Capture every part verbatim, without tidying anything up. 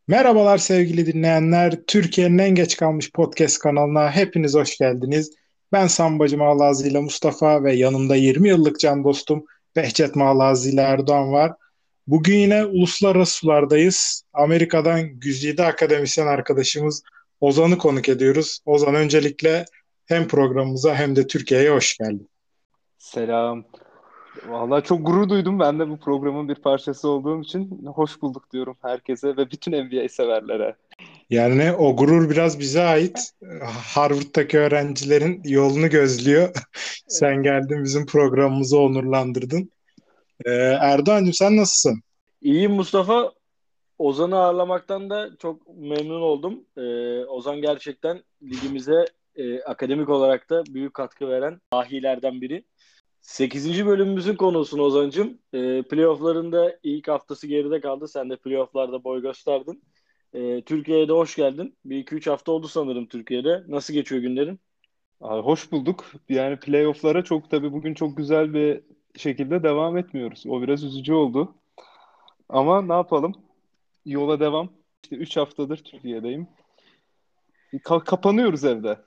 Merhabalar sevgili dinleyenler. Türkiye'nin en geç kalmış podcast kanalına hepiniz hoş geldiniz. Ben Sambacı Malazi ile Mustafa ve yanımda yirmi yıllık can dostum Behçet Malazi ile Erdoğan var. Bugün yine uluslararası sulardayız. Amerika'dan güzide akademisyen arkadaşımız Ozan'ı konuk ediyoruz. Ozan, öncelikle hem programımıza hem de Türkiye'ye hoş geldin. Selam. Vallahi çok gurur duydum ben de bu programın bir parçası olduğum için. Hoş bulduk diyorum herkese ve bütün N B A severlere. Yani o gurur biraz bize ait. Harvard'daki öğrencilerin yolunu gözlüyor. Sen Evet. geldin, bizim programımızı onurlandırdın. Ee, Erdoğan'cığım, sen nasılsın? İyiyim Mustafa. Ozan'ı ağırlamaktan da çok memnun oldum. Ee, Ozan gerçekten ligimize e, akademik olarak da büyük katkı veren dahilerden biri. Sekizinci bölümümüzün konusun Ozan'cığım. Ee, playoff'ların da ilk haftası geride kaldı. Sen de playoff'larda boy gösterdin. Ee, Türkiye'ye de hoş geldin. Bir iki üç hafta oldu sanırım Türkiye'de. Nasıl geçiyor günlerin? Abi hoş bulduk. Yani playoff'lara çok tabii bugün çok güzel bir şekilde devam etmiyoruz. O biraz üzücü oldu. Ama ne yapalım? Yola devam. İşte üç haftadır Türkiye'deyim. Ka- kapanıyoruz evde.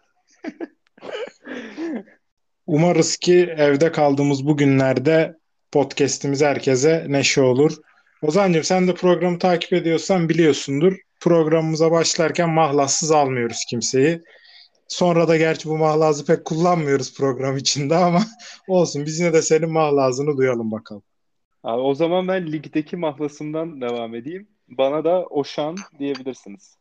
Umarız ki evde kaldığımız bu günlerde podcast'imiz herkese neşe olur. Ozan'cığım, sen de programı takip ediyorsan biliyorsundur. Programımıza başlarken mahlassız almıyoruz kimseyi. Sonra da gerçi bu mahlazı pek kullanmıyoruz program içinde ama olsun, biz yine de senin mahlazını duyalım bakalım. Abi, o zaman ben ligdeki mahlasımdan devam edeyim. Bana da Oşan diyebilirsiniz.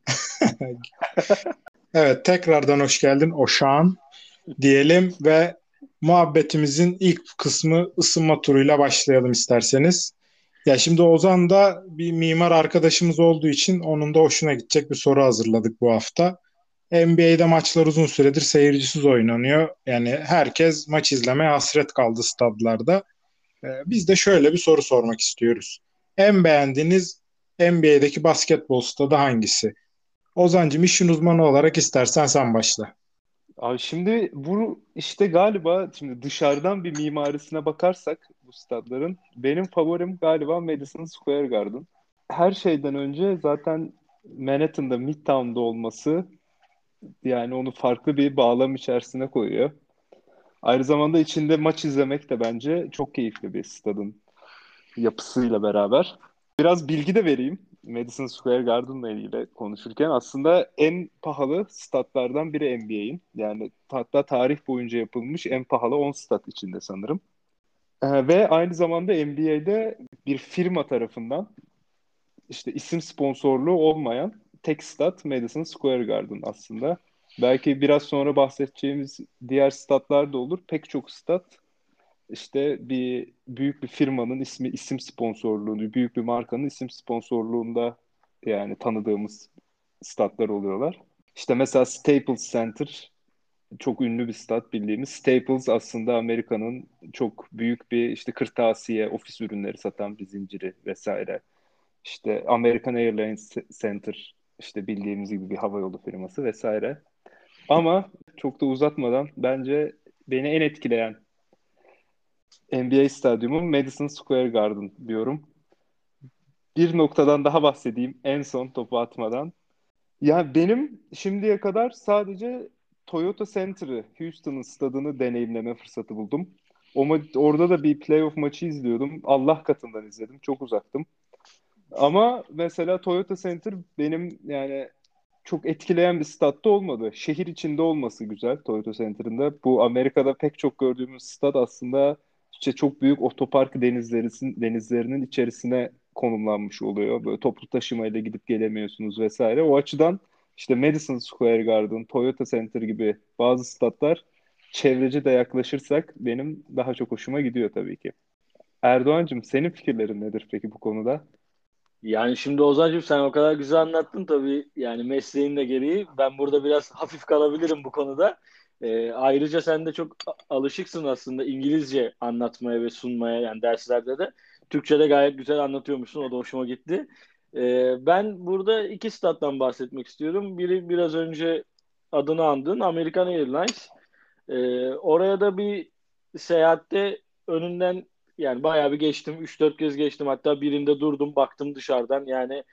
Evet, tekrardan hoş geldin Oşağın diyelim ve muhabbetimizin ilk kısmı ısınma turuyla başlayalım isterseniz. Ya şimdi Ozan da bir mimar arkadaşımız olduğu için onun da hoşuna gidecek bir soru hazırladık bu hafta. N B A'de maçlar uzun süredir seyircisiz oynanıyor. Yani herkes maç izlemeye hasret kaldı stadlarda. Ee, biz de şöyle bir soru sormak istiyoruz. En beğendiğiniz N B A'deki basketbol stadı hangisi? Ozancığım, işin uzmanı olarak istersen sen başla. Abi şimdi bu işte galiba şimdi dışarıdan bir mimarisine bakarsak bu stadların benim favorim galiba Madison Square Garden. Her şeyden önce zaten Manhattan'da Midtown'da olması yani onu farklı bir bağlam içerisine koyuyor. Aynı zamanda içinde maç izlemek de bence çok keyifli bir stadın yapısıyla beraber. Biraz bilgi de vereyim. Madison Square Garden'la ilgili konuşurken aslında en pahalı statlardan biri N B A'in. Yani hatta tarih boyunca yapılmış en pahalı on stat içinde sanırım. Ee, ve aynı zamanda N B A'de bir firma tarafından işte isim sponsorluğu olmayan tek stat Madison Square Garden aslında. Belki biraz sonra bahsedeceğimiz diğer statlar da olur. Pek çok stat işte bir büyük bir firmanın ismi isim sponsorluğunu, büyük bir markanın isim sponsorluğunda yani tanıdığımız statlar oluyorlar. İşte mesela Staples Center çok ünlü bir stat bildiğimiz. Staples aslında Amerika'nın çok büyük bir işte kırtasiye, ofis ürünleri satan bir zinciri vesaire. İşte American Airlines Center işte bildiğimiz gibi bir havayolu firması vesaire. Ama çok da uzatmadan bence beni en etkileyen N B A stadyumu Madison Square Garden diyorum. Bir noktadan daha bahsedeyim en son topu atmadan. Ya benim şimdiye kadar sadece Toyota Center'ı, Houston'ın stadını deneyimleme fırsatı buldum. O ma- orada da bir playoff maçı izliyordum. Allah katından izledim. Çok uzaktım. Ama mesela Toyota Center benim yani çok etkileyen bir statta olmadı. Şehir içinde olması güzel Toyota Center'ın da. Bu Amerika'da pek çok gördüğümüz stat aslında işte çok büyük otopark denizlerinin, denizlerinin içerisine konumlanmış oluyor. Böyle toplu taşımayla gidip gelemiyorsunuz vesaire. O açıdan işte Madison Square Garden, Toyota Center gibi bazı statlar çevreci de yaklaşırsak benim daha çok hoşuma gidiyor tabii ki. Erdoğancığım senin fikirlerin nedir peki bu konuda? Yani şimdi Ozan'cığım sen o kadar güzel anlattın tabii yani mesleğin de gereği. Ben burada biraz hafif kalabilirim bu konuda. Ee, ayrıca sen de çok a- alışıksın aslında İngilizce anlatmaya ve sunmaya yani derslerde de. Türkçe'de gayet güzel anlatıyormuşsun. O da hoşuma gitti. Ee, ben burada iki stat'tan bahsetmek istiyorum. Biri biraz önce adını andığın American Airlines. Ee, oraya da bir seyahatte önünden yani bayağı bir geçtim. Üç dört kez geçtim. Hatta birinde durdum baktım dışarıdan. Yani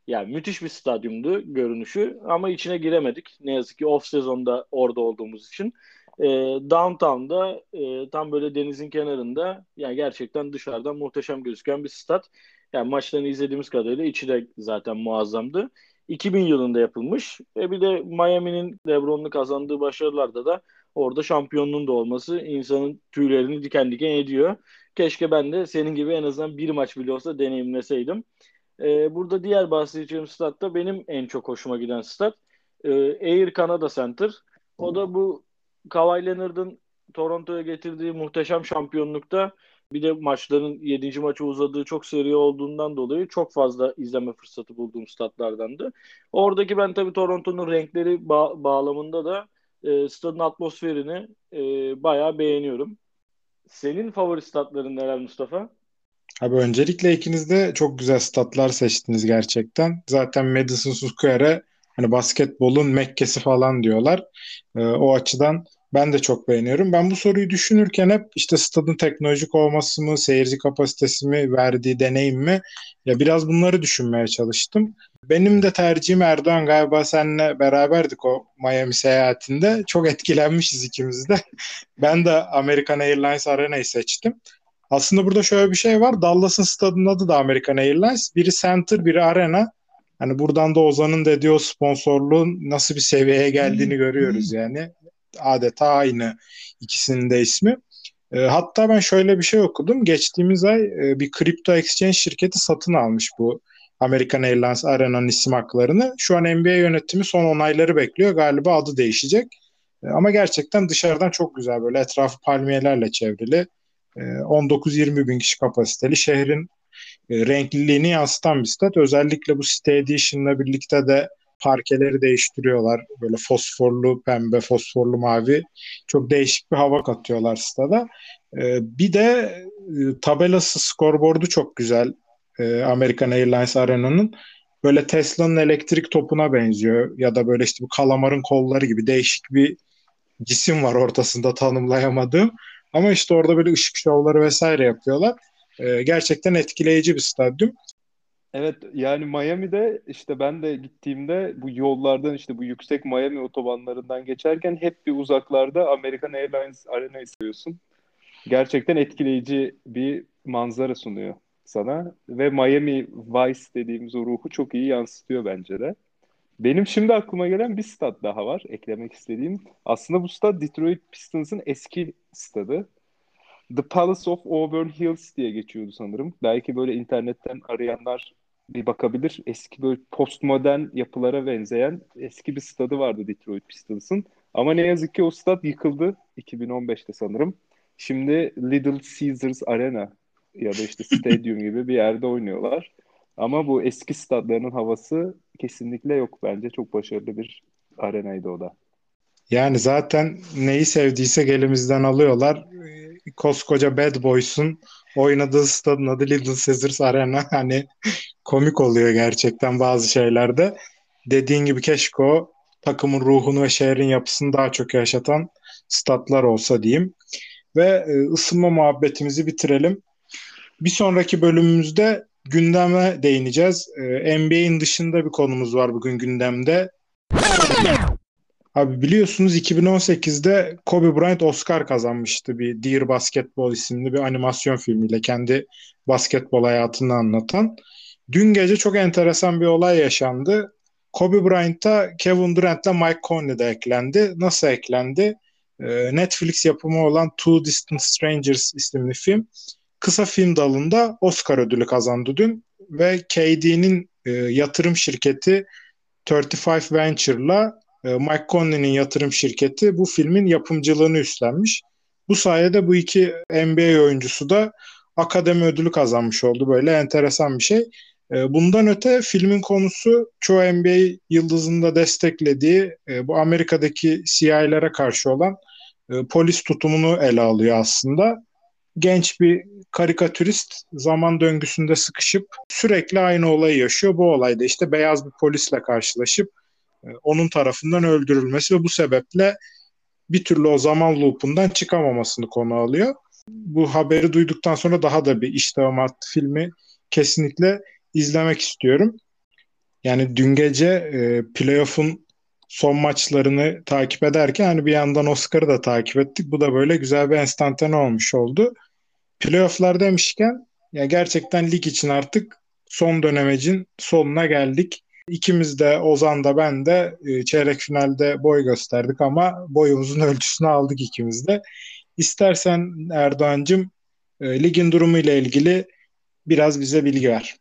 Yani müthiş bir stadyumdu görünüşü ama içine giremedik. Ne yazık ki off sezonda orada olduğumuz için. E, Downtown'da e, tam böyle denizin kenarında yani gerçekten dışarıdan muhteşem gözüken bir stat. Yani maçlarını izlediğimiz kadarıyla içi de zaten muazzamdı. iki bin yılında yapılmış. E bir de Miami'nin LeBron'un kazandığı başarılarda da orada şampiyonluğun da olması insanın tüylerini diken diken ediyor. Keşke ben de senin gibi en azından bir maç bile olsa deneyimleseydim. Ee, burada diğer bahsedeceğim stat da benim en çok hoşuma giden stat. Ee, Air Canada Center. O da bu Kawhi Leonard'ın Toronto'ya getirdiği muhteşem şampiyonlukta bir de maçların yedinci maçı uzadığı çok seri olduğundan dolayı çok fazla izleme fırsatı bulduğum statlardandı. Oradaki ben tabii Toronto'nun renkleri ba- bağlamında da e, stadın atmosferini e, bayağı beğeniyorum. Senin favori statların neler Mustafa? Abi öncelikle ikiniz de çok güzel statlar seçtiniz gerçekten. Zaten Madison Square hani basketbolun Mekke'si falan diyorlar. Ee, o açıdan ben de çok beğeniyorum. Ben bu soruyu düşünürken hep işte stadın teknolojik olması mı, seyirci kapasitesi mi, verdiği deneyim mi? Ya biraz bunları düşünmeye çalıştım. Benim de tercihim Erdoğan, galiba seninle beraberdik o Miami seyahatinde. Çok etkilenmişiz ikimiz de. Ben de American Airlines Arena'yı seçtim. Aslında burada şöyle bir şey var. Dallas'ın stadının adı da American Airlines. Biri Center, biri Arena. Hani buradan da Ozan'ın dediği o sponsorluğun nasıl bir seviyeye geldiğini görüyoruz yani. Adeta aynı ikisinin de ismi. E, hatta ben şöyle bir şey okudum. Geçtiğimiz ay e, bir kripto exchange şirketi satın almış bu American Airlines Arena'nın isim haklarını. Şu an N B A yönetimi son onayları bekliyor. Galiba adı değişecek. E, ama gerçekten dışarıdan çok güzel, böyle etrafı palmiyelerle çevrili. E, on dokuz yirmi bin kişi kapasiteli, şehrin e, renkliliğini yansıtan bir stat. Özellikle bu City Edition'la birlikte de parkeleri değiştiriyorlar. Böyle fosforlu pembe, fosforlu mavi. Çok değişik bir hava katıyorlar stada. E, bir de e, tabelası, skorboardu çok güzel. E, American Airlines Arena'nın. Böyle Tesla'nın elektrik topuna benziyor. Ya da böyle işte bu kalamarın kolları gibi değişik bir cisim var ortasında, tanımlayamadığım. Ama işte orada böyle ışık şovları vesaire yapıyorlar. Ee, gerçekten etkileyici bir stadyum. Evet, yani Miami'de işte ben de gittiğimde bu yollardan işte bu yüksek Miami otobanlarından geçerken hep bir uzaklarda American Airlines Arena'yı seviyorsun. Gerçekten etkileyici bir manzara sunuyor sana ve Miami Vice dediğimiz o ruhu çok iyi yansıtıyor bence de. Benim şimdi aklıma gelen bir stat daha var eklemek istediğim. Aslında bu stat Detroit Pistons'ın eski stadı. The Palace of Auburn Hills diye geçiyordu sanırım. Belki böyle internetten arayanlar bir bakabilir. Eski böyle postmodern yapılara benzeyen eski bir stadı vardı Detroit Pistons'ın. Ama ne yazık ki o stat yıkıldı iki bin on beşte sanırım. Şimdi Little Caesars Arena ya da işte Stadium gibi bir yerde oynuyorlar. Ama bu eski stadlarının havası kesinlikle yok bence. Çok başarılı bir arenaydı o da. Yani zaten neyi sevdiysek elimizden alıyorlar. Ee, Koskoca Bad Boys'un oynadığı stadın adı Little Caesars Arena. Hani komik oluyor gerçekten bazı şeylerde. Dediğin gibi keşke o takımın ruhunu ve şehrin yapısını daha çok yaşatan statlar olsa diyeyim. Ve e, ısınma muhabbetimizi bitirelim. Bir sonraki bölümümüzde gündeme değineceğiz. Ee, N B A'in dışında bir konumuz var bugün gündemde. Abi biliyorsunuz iki bin on sekizde Kobe Bryant Oscar kazanmıştı, bir Dear Basketball isimli bir animasyon filmiyle kendi basketbol hayatını anlatan. Dün gece çok enteresan bir olay yaşandı. Kobe Bryant'a Kevin Durant'la Mike Conley de eklendi. Nasıl eklendi? Ee, Netflix yapımı olan Two Distant Strangers isimli film kısa film dalında Oscar ödülü kazandı dün ve K D'nin e, yatırım şirketi otuz beş Venture'la e, Mike Conley'nin yatırım şirketi bu filmin yapımcılığını üstlenmiş. Bu sayede bu iki N B A oyuncusu da akademi ödülü kazanmış oldu. Böyle enteresan bir şey. E, bundan öte filmin konusu çoğu N B A yıldızının da desteklediği e, bu Amerika'daki C I'lere karşı olan e, polis tutumunu ele alıyor aslında. Genç bir karikatürist zaman döngüsünde sıkışıp sürekli aynı olayı yaşıyor. Bu olayda işte beyaz bir polisle karşılaşıp e, onun tarafından öldürülmesi ve bu sebeple bir türlü o zaman loopundan çıkamamasını konu alıyor. Bu haberi duyduktan sonra daha da bir iştahım arttı. Filmi kesinlikle izlemek istiyorum. Yani dün gece e, playoff'un son maçlarını takip ederken hani bir yandan Oscar'ı da takip ettik. Bu da böyle güzel bir enstantane olmuş oldu. Playoff'lar demişken ya gerçekten lig için artık son dönemecin sonuna geldik. İkimiz de Ozan da ben de e, çeyrek finalde boy gösterdik ama boyumuzun ölçüsünü aldık ikimiz de. İstersen Erdoğan'cığım e, ligin durumu ile ilgili biraz bize bilgi ver.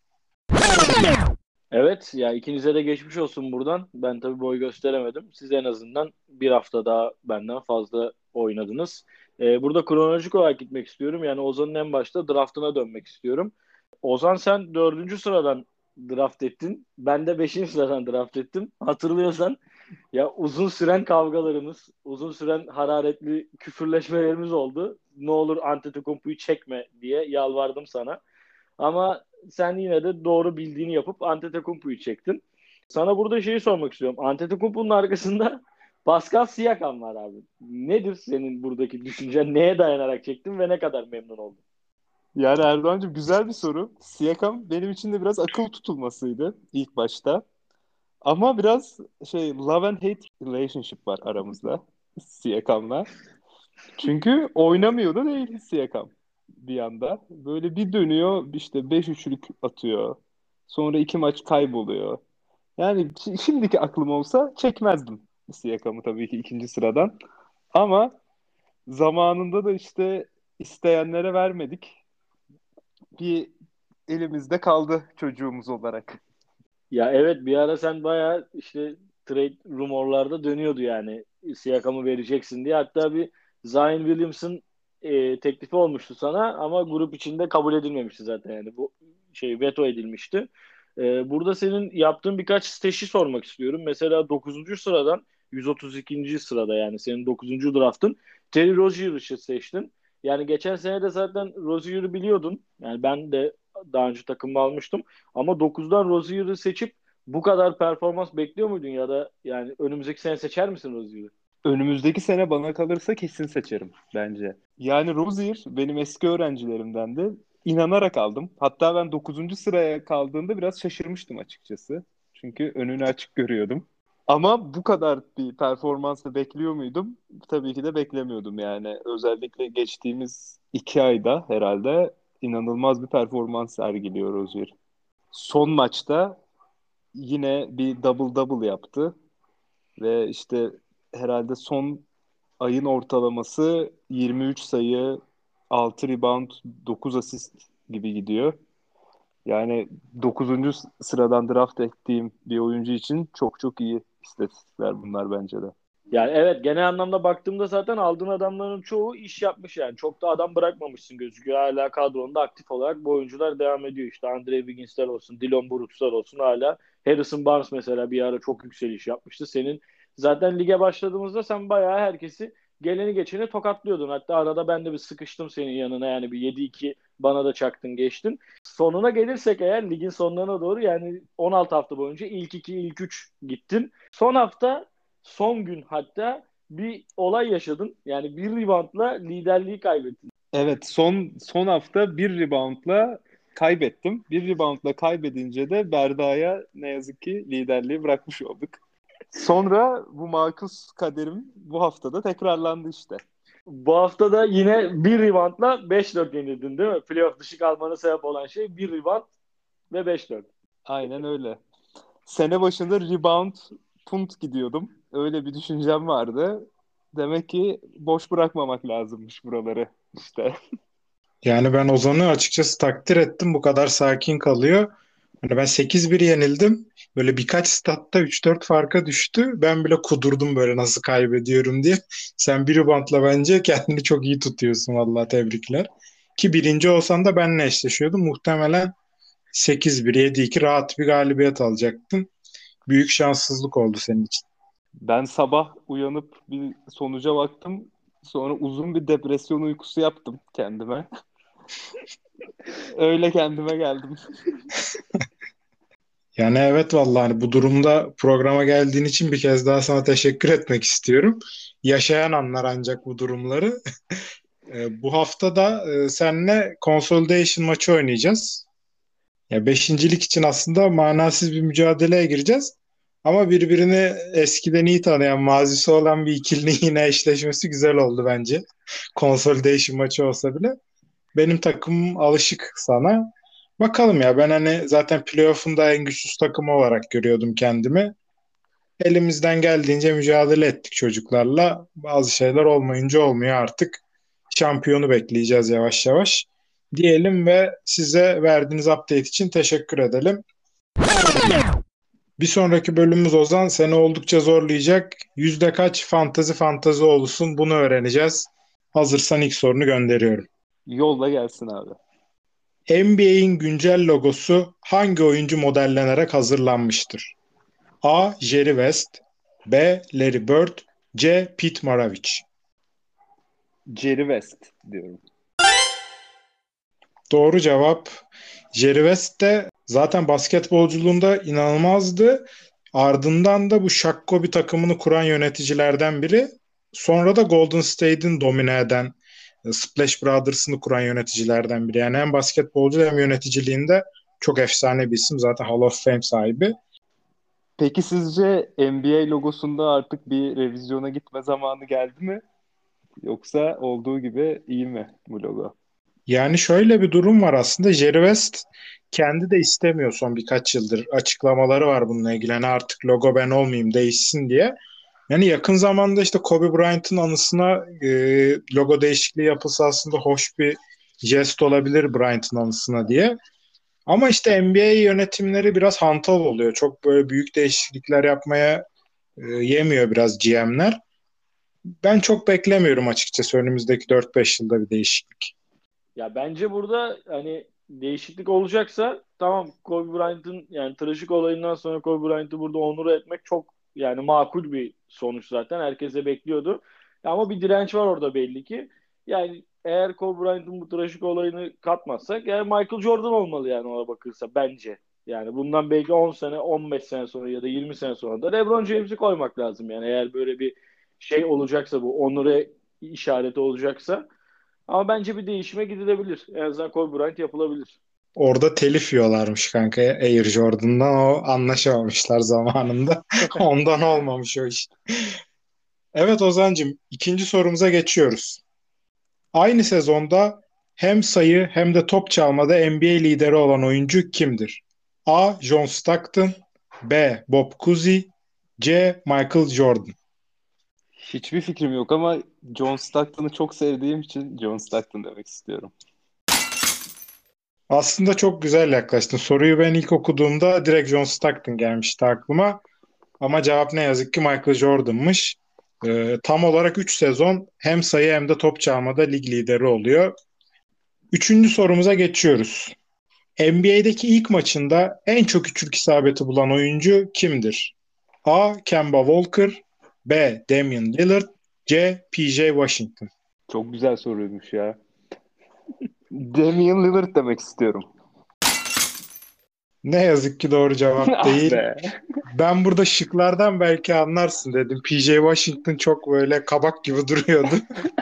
Evet, ya ikinize de geçmiş olsun buradan. Ben tabii boy gösteremedim. Siz en azından bir hafta daha benden fazla oynadınız. Ee, burada kronolojik olarak gitmek istiyorum. Yani Ozan'ın en başta draftına dönmek istiyorum. Ozan sen dördüncü sıradan draft ettin. Ben de beşinci sıradan draft ettim. Hatırlıyorsan ya uzun süren kavgalarımız, uzun süren hararetli küfürleşmelerimiz oldu. Ne olur Antetokounmpo'yu çekme diye yalvardım sana. Ama sen yine de doğru bildiğini yapıp Antetokounmpo'yu çektin. Sana burada şeyi sormak istiyorum. Antetokounmpo'nun arkasında Pascal Siakam var abi. Nedir senin buradaki düşüncen? Neye dayanarak çektin ve ne kadar memnun oldun? Yani Erdoğan'cığım güzel bir soru. Siakam benim için de biraz akıl tutulmasıydı ilk başta. Ama biraz şey love and hate relationship var aramızda Siakam'la. Çünkü oynamıyor da değil Siakam bir anda. Böyle bir dönüyor işte beş üçlük atıyor. Sonra iki maç kayboluyor. Yani şi- şimdiki aklım olsa çekmezdim Siakam'ı tabii ki ikinci sıradan. Ama zamanında da işte isteyenlere vermedik. Bir elimizde kaldı çocuğumuz olarak. Ya evet, bir ara sen bayağı işte trade rumorlarda dönüyordu yani. Siakam'ı vereceksin diye. Hatta bir Zion Williamson e, teklifi olmuştu sana ama grup içinde kabul edilmemişti zaten yani. Bu şey veto edilmişti. E, burada senin yaptığın birkaç stajı sormak istiyorum. Mesela dokuzuncu sıradan yüz otuz ikinci sırada yani senin dokuzuncu draftın Terry Rozier'ı seçtin. Yani geçen sene de zaten Rozier'ı biliyordun. Yani ben de daha önce takımda almıştım. Ama dokuzdan Rozier'ı seçip bu kadar performans bekliyor muydun ya da yani önümüzdeki sene seçer misin Rozier'ı? Önümüzdeki sene bana kalırsa kesin seçerim bence. Yani Rozier benim eski öğrencilerimden de inanarak aldım. Hatta ben dokuzuncu sıraya kaldığında biraz şaşırmıştım açıkçası. Çünkü önünü açık görüyordum. Ama bu kadar bir performansı bekliyor muydum? Tabii ki de beklemiyordum yani. Özellikle geçtiğimiz iki ayda herhalde inanılmaz bir performans sergiliyor Rozier. Son maçta yine bir double double yaptı ve işte herhalde son ayın ortalaması yirmi üç sayı, altı rebound, dokuz asist gibi gidiyor. Yani dokuzuncu sıradan draft ettiğim bir oyuncu için çok çok iyi istatistikler bunlar bence de. Yani evet, genel anlamda baktığımda zaten aldığın adamların çoğu iş yapmış yani. Çok da adam bırakmamışsın gözüküyor. Hala kadronda aktif olarak bu oyuncular devam ediyor. İşte Andre Wiggins'ler olsun, Dillon Brooks'lar olsun hala. Harrison Barnes mesela bir ara çok yükseliş yapmıştı. Senin zaten lige başladığımızda sen bayağı herkesi geleni geçeni tokatlıyordun. Hatta arada ben de bir sıkıştım senin yanına yani bir yedi iki bana da çaktın geçtin. Sonuna gelirsek eğer ligin sonlarına doğru yani on altı hafta boyunca ilk iki ilk üç gittin. Son hafta son gün hatta bir olay yaşadın. Yani bir reboundla liderliği kaybettin. Evet, son son hafta bir reboundla kaybettim. Bir reboundla kaybedince de Berda'ya ne yazık ki liderliği bırakmış olduk. Sonra bu makus kaderim bu haftada tekrarlandı işte. Bu hafta da yine bir reboundla beş dört yenildin değil mi? Playoff dışı kalmana sebep olan şey bir rebound ve beş dört. Aynen öyle. Sene başında rebound punt gidiyordum. Öyle bir düşüncem vardı. Demek ki boş bırakmamak lazımmış buraları işte. Yani ben Ozan'ı açıkçası takdir ettim. Bu kadar sakin kalıyor. Hani ben sekiz bir yenildim. Böyle birkaç statta üç dört farka düştü. Ben bile kudurdum böyle nasıl kaybediyorum diye. Sen bir bantla bence kendini çok iyi tutuyorsun, vallahi tebrikler. Ki birinci olsan da benle eşleşiyordun. Muhtemelen sekiz bir yedi iki rahat bir galibiyet alacaktın. Büyük şanssızlık oldu senin için. Ben sabah uyanıp bir sonuca baktım. Sonra uzun bir depresyon uykusu yaptım kendime. Öyle kendime geldim. Yani evet, vallahi hani bu durumda programa geldiğin için bir kez daha sana teşekkür etmek istiyorum. Yaşayan anlar ancak bu durumları. E, bu hafta da e, seninle Consolidation maçı oynayacağız. Ya beşincilik için aslında manasız bir mücadeleye gireceğiz. Ama birbirini eskiden iyi tanıyan, mazisi olan bir ikilinin yine eşleşmesi güzel oldu bence. Consolidation maçı olsa bile. Benim takımım alışık sana. Bakalım ya, ben hani zaten playoff'un da en güçsüz takımı olarak görüyordum kendimi. Elimizden geldiğince mücadele ettik çocuklarla. Bazı şeyler olmayınca olmuyor artık. Şampiyonu bekleyeceğiz yavaş yavaş. Diyelim ve size verdiğiniz update için teşekkür edelim. Bir sonraki bölümümüz Ozan seni oldukça zorlayacak. Yüzde kaç fantazi fantazi olursun bunu öğreneceğiz. Hazırsan ilk sorunu gönderiyorum. Yolla gelsin abi. N B A'in güncel logosu hangi oyuncu modellenerek hazırlanmıştır? A. Jerry West, B. Larry Bird, C. Pete Maravich. Jerry West diyorum. Doğru cevap. Jerry West de zaten basketbolculuğunda inanılmazdı. Ardından da bu Shaq Kobe takımını kuran yöneticilerden biri. Sonra da Golden State'in domine eden e, Splash Brothers'ını kuran yöneticilerden biri. Yani hem basketbolcu hem yöneticiliğinde çok efsane bir isim. Zaten Hall of Fame sahibi. Peki sizce N B A logosunda artık bir revizyona gitme zamanı geldi mi? Yoksa olduğu gibi iyi mi bu logo? Yani şöyle bir durum var aslında. Jerry West kendi de istemiyor, son birkaç yıldır. Açıklamaları var bununla ilgili. Yani artık logo ben olmayayım, değişsin diye. Yani yakın zamanda işte Kobe Bryant'ın anısına e, logo değişikliği yapılsa aslında hoş bir jest olabilir Bryant'ın anısına diye. Ama işte N B A yönetimleri biraz hantal oluyor. Çok böyle büyük değişiklikler yapmaya e, yemiyor biraz G M'ler. Ben çok beklemiyorum açıkçası önümüzdeki dört beş yılda bir değişiklik. Ya bence burada hani değişiklik olacaksa tamam, Kobe Bryant'ın yani trajik olayından sonra Kobe Bryant'ı burada onur etmek çok yani makul bir sonuç zaten. Herkese bekliyordu. Ama bir direnç var orada belli ki. Yani eğer Kobe Bryant'ın bu trajik olayını katmazsak yani Michael Jordan olmalı yani ona bakılırsa bence. Yani bundan belki on sene, on beş sene sonra ya da yirmi sene sonra da LeBron James'i koymak lazım yani eğer böyle bir şey olacaksa, bu onure işareti olacaksa. Ama bence bir değişime gidilebilir. En azından Kobe Bryant yapılabilir. Orada telif yiyorlarmış kanka Air Jordan'dan, o anlaşamamışlar zamanında. Ondan olmamış o iş. Evet Ozan'cığım, ikinci sorumuza geçiyoruz. Aynı sezonda hem sayı hem de top çalmada N B A lideri olan oyuncu kimdir? A. John Stockton, B. Bob Cousy, C. Michael Jordan. Hiçbir fikrim yok ama John Stockton'ı çok sevdiğim için John Stockton demek istiyorum. Aslında çok güzel yaklaştın. Soruyu ben ilk okuduğumda direkt John Stockton gelmişti aklıma. Ama cevap ne yazık ki Michael Jordan'mış. Ee, tam olarak üç sezon hem sayı hem de top çalmada lig lideri oluyor. Üçüncü sorumuza geçiyoruz. N B A'deki ilk maçında en çok üçlük isabeti bulan oyuncu kimdir? A. Kemba Walker, B. Damian Lillard, C. P J Washington. Çok güzel soruymuş ya. Damian Lillard demek istiyorum. Ne yazık ki doğru cevap Ah değil. be. Ben burada şıklardan belki anlarsın dedim. P J Washington çok böyle kabak gibi duruyordu.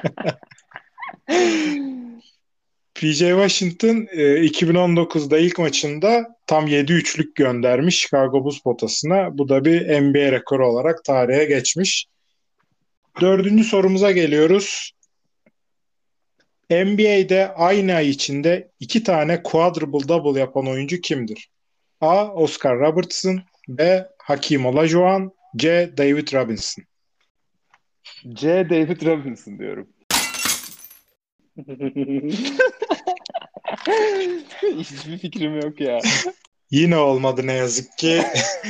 P J Washington e, iki bin on dokuzda ilk maçında tam yedi üçlük göndermiş Chicago Bulls potasına. Bu da bir N B A rekoru olarak tarihe geçmiş. Dördüncü sorumuza geliyoruz. N B A'de aynı ay içinde iki tane quadruple double yapan oyuncu kimdir? A. Oscar Robertson, B. Hakeem Olajuwon, C. David Robinson. C. David Robinson diyorum. Hiçbir fikrim yok ya. Yine olmadı ne yazık ki.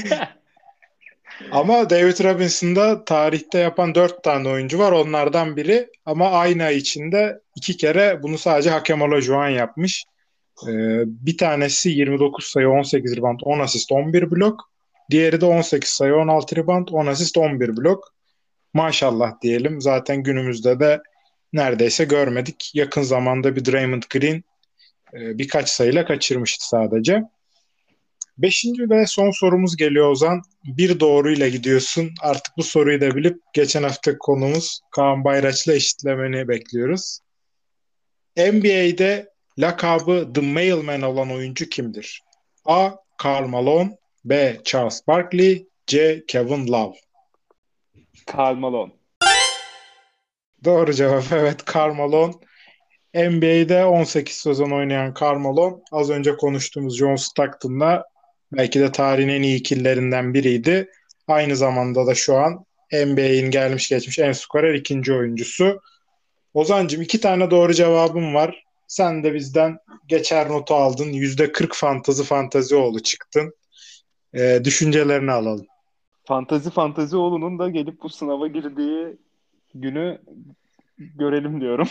Ama David Robinson'da tarihte yapan dört tane oyuncu var. Onlardan biri. Ama aynı ay içinde iki kere bunu sadece Hakem Olajuwon yapmış. Ee, bir tanesi yirmi dokuz sayı, on sekiz rebound, on asist, on bir blok. Diğeri de on sekiz sayı, on altı rebound, on asist, on bir blok. Maşallah diyelim. Zaten günümüzde de neredeyse görmedik. Yakın zamanda bir Draymond Green e, birkaç sayıyla kaçırmıştı sadece. Beşinci ve son sorumuz geliyor Ozan. Bir doğruyla gidiyorsun. Artık bu soruyu da bilip geçen hafta konumuz Kaan Bayraç'la eşitlemeni bekliyoruz. N B A'de lakabı The Mailman olan oyuncu kimdir? A. Karl Malone, B. Charles Barkley, C. Kevin Love. Karl Malone. Doğru cevap, evet, Karl Malone. N B A'de on sekiz sezon oynayan Karl Malone, az önce konuştuğumuz John Stockton'la belki de tarihin en iyi ikililerinden biriydi. Aynı zamanda da şu an N B A'in gelmiş geçmiş en skorer ikinci oyuncusu. Ozan'cığım, iki tane doğru cevabım var. Sen de bizden geçer notu aldın. yüzde kırk fantazi fantazioğlu çıktın. Ee, düşüncelerini alalım. Fantazi Fantazioğlu'nun da gelip bu sınava girdiği günü görelim diyorum.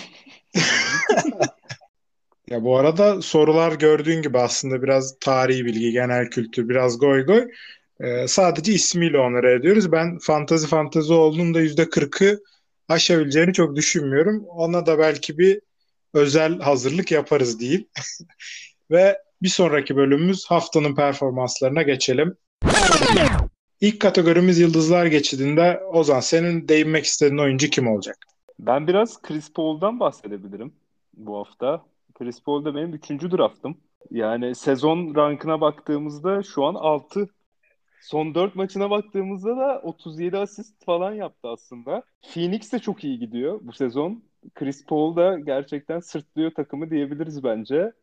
Ya bu arada sorular gördüğün gibi aslında biraz tarihi bilgi, genel kültür, biraz goy goy. Ee, sadece ismiyle onore ediyoruz. Ben Fantazi Fantazioğlu'nun da yüzde kırkı aşabileceğini çok düşünmüyorum. Ona da belki bir özel hazırlık yaparız diyeyim. Ve bir sonraki bölümümüz haftanın performanslarına geçelim. İlk kategorimiz Yıldızlar Geçidi'nde. Ozan, senin değinmek istediğin oyuncu kim olacak? Ben biraz Chris Paul'dan bahsedebilirim bu hafta. Chris Paul da benim üçüncü draftım. Yani sezon rankına baktığımızda şu an altı. Son dört maçına baktığımızda da otuz yedi asist falan yaptı aslında. Phoenix de çok iyi gidiyor bu sezon. Chris Paul da gerçekten sırtlıyor takımı diyebiliriz bence.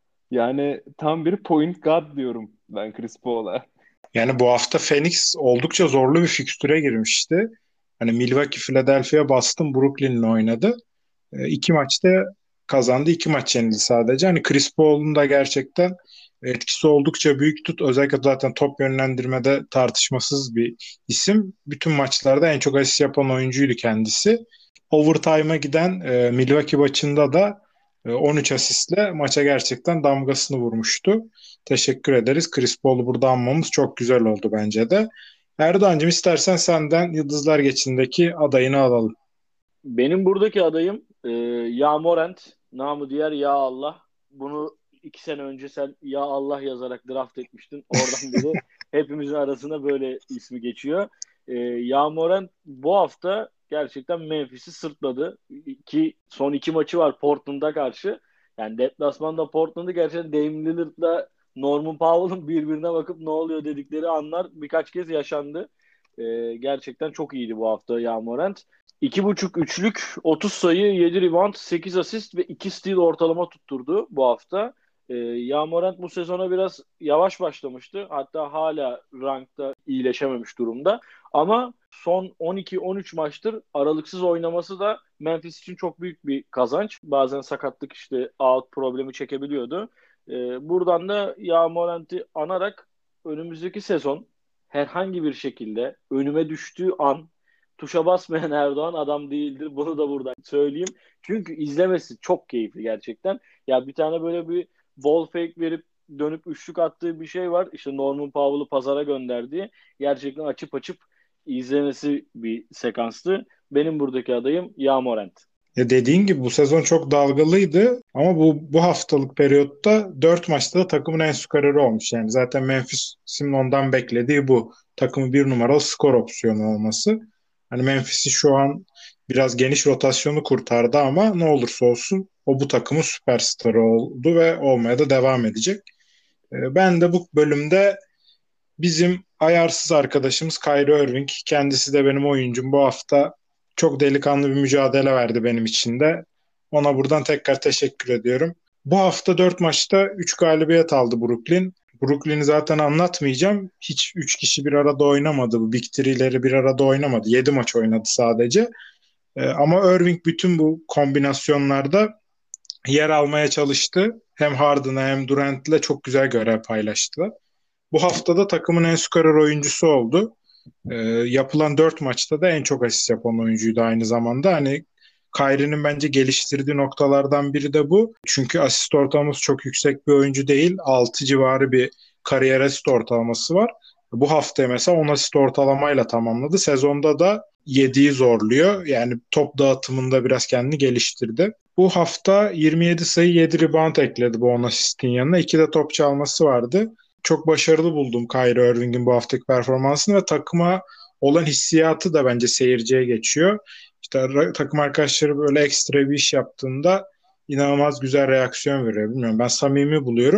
Yani tam bir point guard diyorum ben Chris Paul'a. Yani bu hafta Phoenix oldukça zorlu bir fikstüre girmişti. Hani Milwaukee, Philadelphia, Boston, Brooklyn'le oynadı. E, iki maçta kazandı, iki maç yenildi sadece. Hani Chris Paul'un da gerçekten etkisi oldukça büyük tut. Özellikle zaten top yönlendirmede tartışmasız bir isim. Bütün maçlarda en çok asist yapan oyuncuydu kendisi. Overtime'a giden e, Milwaukee maçında da e, on üç asistle maça gerçekten damgasını vurmuştu. Teşekkür ederiz. Chris Paul'u burada anmamız çok güzel oldu bence de. Erdoğan'cığım, istersen senden Yıldızlar Geçidindeki adayını alalım. Benim buradaki adayım e, Ya Morant, namı diğer Ya Allah. Bunu iki sene önce sen Ya Allah yazarak draft etmiştin. Oradan beri hepimizin arasında böyle ismi geçiyor. E, Ya Morant bu hafta gerçekten Memphis'i sırtladı. İki, son iki maçı var Portland'a karşı. Yani deplasmanda Portland'ı gerçekten Dame Lillard'la Norman Powell'ın birbirine bakıp ne oluyor dedikleri anlar birkaç kez yaşandı. E, gerçekten çok iyiydi bu hafta Ya Morant. iki buçuk üçlük otuz sayı, yedi rebound, sekiz asist ve iki steal ortalama tutturdu bu hafta. Ee, Ya Morant bu sezona biraz yavaş başlamıştı. Hatta hala rankta iyileşememiş durumda. Ama son on iki on üç maçtır aralıksız oynaması da Memphis için çok büyük bir kazanç. Bazen sakatlık işte out problemi çekebiliyordu. Ee, buradan da Ya Morant'i anarak önümüzdeki sezon herhangi bir şekilde önüme düştüğü an tuşa basmayan Erdoğan adam değildir. Bunu da buradan söyleyeyim. Çünkü izlemesi çok keyifli gerçekten. Ya bir tane böyle bir wall fake verip dönüp üçlük attığı bir şey var. İşte Norman Powell'ı pazara gönderdiği. Gerçekten açıp açıp izlemesi bir sekanstı. Benim buradaki adayım Ya Morant. Ya dediğin gibi bu sezon çok dalgalıydı ama bu bu haftalık periyotta dört maçta da takımın en skoreri olmuş. Yani zaten Memphis'in ondan beklediği bu. Takımın bir numaralı skor opsiyonu olması. Hani Memphis'i şu an biraz geniş rotasyonu kurtardı ama ne olursa olsun o bu takımın süperstarı oldu ve olmaya da devam edecek. Ee, Ben de bu bölümde bizim ayarsız arkadaşımız Kyrie Irving, kendisi de benim oyuncum, bu hafta çok delikanlı bir mücadele verdi benim için de. Ona buradan tekrar teşekkür ediyorum. Bu hafta dört maçta üç galibiyet aldı Brooklyn. Brooklyn'i zaten anlatmayacağım. Hiç üç kişi bir arada oynamadı. Bu Big Three'leri bir arada oynamadı. Yedi maç oynadı sadece. Ee, ama Irving bütün bu kombinasyonlarda yer almaya çalıştı. Hem Harden'la hem Durant'le çok güzel görev paylaştılar. Bu haftada takımın en skorer oyuncusu oldu. Ee, yapılan dört maçta da en çok asist yapan oyuncuydu aynı zamanda. Hani Kyrie'nin bence geliştirdiği noktalardan biri de bu. Çünkü asist ortalaması çok yüksek bir oyuncu değil. altı civarı bir kariyer asist ortalaması var. Bu haftaya mesela on asist ortalamayla tamamladı. Sezonda da yediyi zorluyor. Yani top dağıtımında biraz kendini geliştirdi. Bu hafta yirmi yedi sayı, yedi rebound ekledi bu on asistin yanına. iki de top çalması vardı. Çok başarılı buldum Kyrie Irving'in bu haftaki performansını ve takıma olan hissiyatı da bence seyirciye geçiyor. İşte ra- takım arkadaşları böyle ekstra bir iş yaptığında inanılmaz güzel reaksiyon veriyor. Bilmiyorum, ben samimi buluyorum.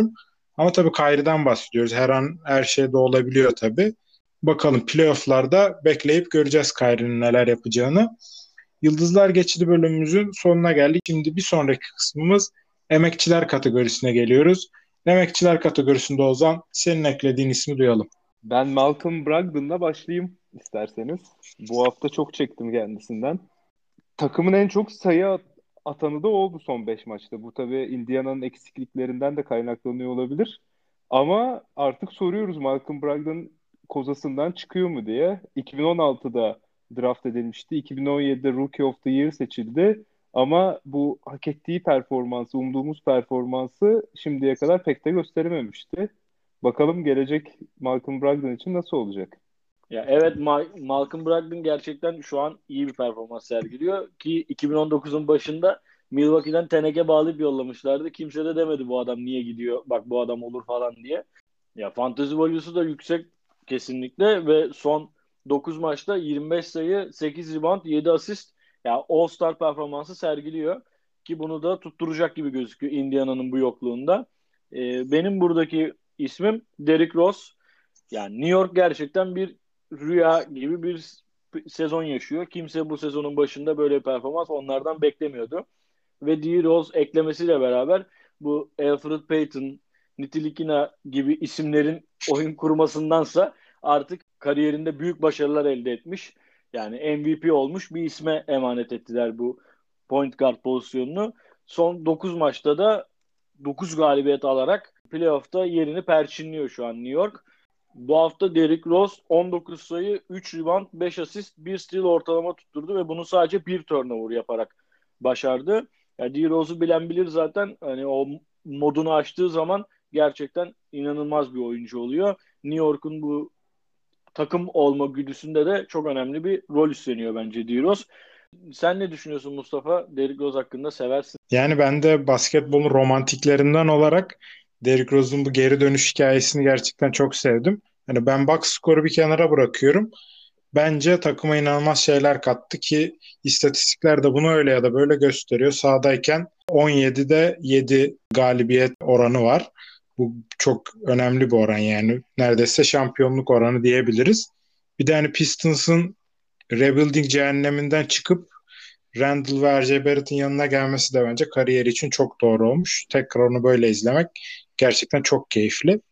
Ama tabii Kyrie'den bahsediyoruz. Her an her şey de olabiliyor tabii. Bakalım playoff'larda bekleyip göreceğiz Kyrie'nin neler yapacağını. Yıldızlar Geçidi bölümümüzün sonuna geldik. Şimdi bir sonraki kısmımız emekçiler kategorisine geliyoruz. Emekçiler kategorisinde Ozan senin eklediğin ismi duyalım. Ben Malcolm Brogdon'la başlayayım isterseniz. Bu hafta çok çektim kendisinden. Takımın en çok sayı at- atanı da oldu son beş maçta. Bu tabii Indiana'nın eksikliklerinden de kaynaklanıyor olabilir. Ama artık soruyoruz Malcolm Brogdon kozasından çıkıyor mu diye. iki bin on altıda draft edilmişti. iki bin on yedide Rookie of the Year seçildi. Ama bu hak ettiği performansı, umduğumuz performansı şimdiye kadar pek de gösterememişti. Bakalım gelecek Malcolm Brogdon için nasıl olacak? Ya evet, Ma- Malcolm Brogdon gerçekten şu an iyi bir performans sergiliyor ki iki bin on dokuzun başında Milwaukee'den teneke bağlayıp yollamışlardı. Kimse de demedi bu adam niye gidiyor, bak bu adam olur falan diye. Ya fantasy value'su da yüksek kesinlikle ve son dokuz maçta yirmi beş sayı, sekiz rebound, yedi asist, ya All-Star performansı sergiliyor ki bunu da tutturacak gibi gözüküyor Indiana'nın bu yokluğunda. Ee, benim buradaki ismim Derrick Rose. Yani New York gerçekten bir rüya gibi bir sezon yaşıyor. Kimse bu sezonun başında böyle bir performans onlardan beklemiyordu. Ve D. Rose eklemesiyle beraber bu Elfrid Payton, Ntilikina gibi isimlerin oyun kurmasındansa artık kariyerinde büyük başarılar elde etmiş. Yani M V P olmuş bir isme emanet ettiler bu point guard pozisyonunu. Son dokuz maçta da dokuz galibiyet alarak playoff'ta yerini perçinliyor şu an New York. Bu hafta Derrick Rose on dokuz sayı, üç rebound, beş asist, bir steal ortalama tutturdu ve bunu sadece bir turnover yaparak başardı. Yani D. Rose'u bilen bilir zaten, hani o modunu açtığı zaman gerçekten inanılmaz bir oyuncu oluyor. New York'un bu takım olma güdüsünde de çok önemli bir rol üstleniyor bence D. Rose. Sen ne düşünüyorsun Mustafa? Derrick Rose hakkında seversin. Yani ben de basketbolun romantiklerinden olarak Derrick Rose'un bu geri dönüş hikayesini gerçekten çok sevdim. Hani ben box skoru bir kenara bırakıyorum. Bence takıma inanılmaz şeyler kattı ki istatistikler de bunu öyle ya da böyle gösteriyor. Sahadayken on yedide yedi galibiyet oranı var. Bu çok önemli bir oran yani. Neredeyse şampiyonluk oranı diyebiliriz. Bir de hani Pistons'ın rebuilding cehenneminden çıkıp Randall ve R J Barrett'ın yanına gelmesi de bence kariyeri için çok doğru olmuş. Tekrar onu böyle izlemek gerçekten çok keyifli.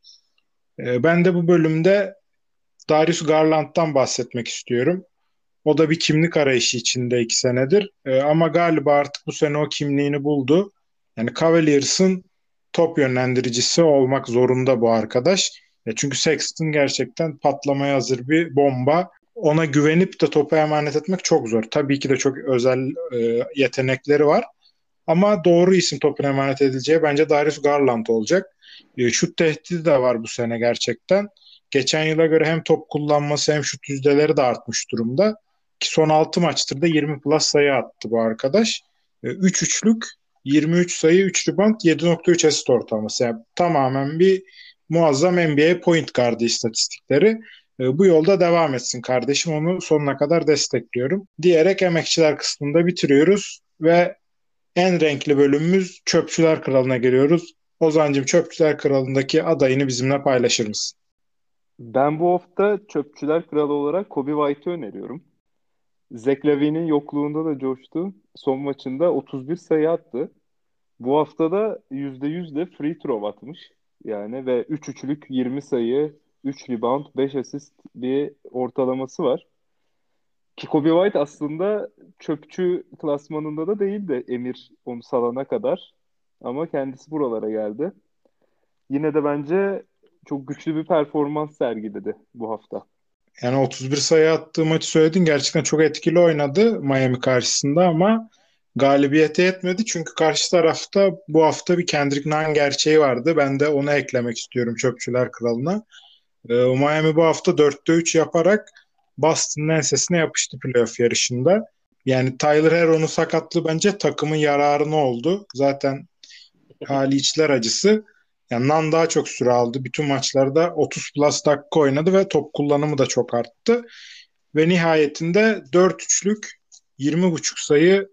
Ee, Ben de bu bölümde Darius Garland'dan bahsetmek istiyorum. O da bir kimlik arayışı içinde iki senedir. Ee, ama galiba artık bu sene o kimliğini buldu. Yani Cavaliers'ın top yönlendiricisi olmak zorunda bu arkadaş. Ya çünkü Sexton gerçekten patlamaya hazır bir bomba. Ona güvenip de topu emanet etmek çok zor. Tabii ki de çok özel e, yetenekleri var. Ama doğru isim topun emanet edileceği bence Darius Garland olacak. E, şut tehdidi de var bu sene gerçekten. Geçen yıla göre hem top kullanması hem şut yüzdeleri de artmış durumda. Ki son altı maçtır da yirmi plus sayı attı bu arkadaş. E, üç üçlük, yirmi üç sayı, üç rebound, yedi nokta üç asist ortalaması. Yani tamamen bir muazzam N B A point guard'ı istatistikleri. E, bu yolda devam etsin kardeşim. Onu sonuna kadar destekliyorum. Diyerek emekçiler kısmında bitiriyoruz ve en renkli bölümümüz Çöpçüler Kralı'na geliyoruz. Ozan'cığım Çöpçüler Kralı'ndaki adayını bizimle paylaşır mısın? Ben bu hafta Çöpçüler Kralı olarak Kobe White'ı öneriyorum. Zach LaVine'in yokluğunda da coştu. Son maçında otuz bir sayı attı. Bu hafta da yüzde yüz de free throw atmış. Yani ve üç üçlük yirmi sayı, üç rebound, beş asist bir ortalaması var. Ki Kobe White aslında çöpçü klasmanında da değildi Emir onu salana kadar. Ama kendisi buralara geldi. Yine de bence çok güçlü bir performans sergiledi bu hafta. Yani otuz bir sayı attığı maçı söyledin. Gerçekten çok etkili oynadı Miami karşısında ama galibiyete yetmedi. Çünkü karşı tarafta bu hafta bir Kendrick Nunn gerçeği vardı. Ben de onu eklemek istiyorum Çöpçüler Kralı'na. Ee, Miami bu hafta dörtte üç yaparak Boston'ın ensesine yapıştı playoff yarışında. Yani Tyler Herro'nun sakatlığı bence takımın yararına oldu. Zaten hali içler acısı. Yani Nan daha çok süre aldı. Bütün maçlarda otuz plus dakika oynadı ve top kullanımı da çok arttı. Ve nihayetinde dört üçlük yirmi buçuk sayı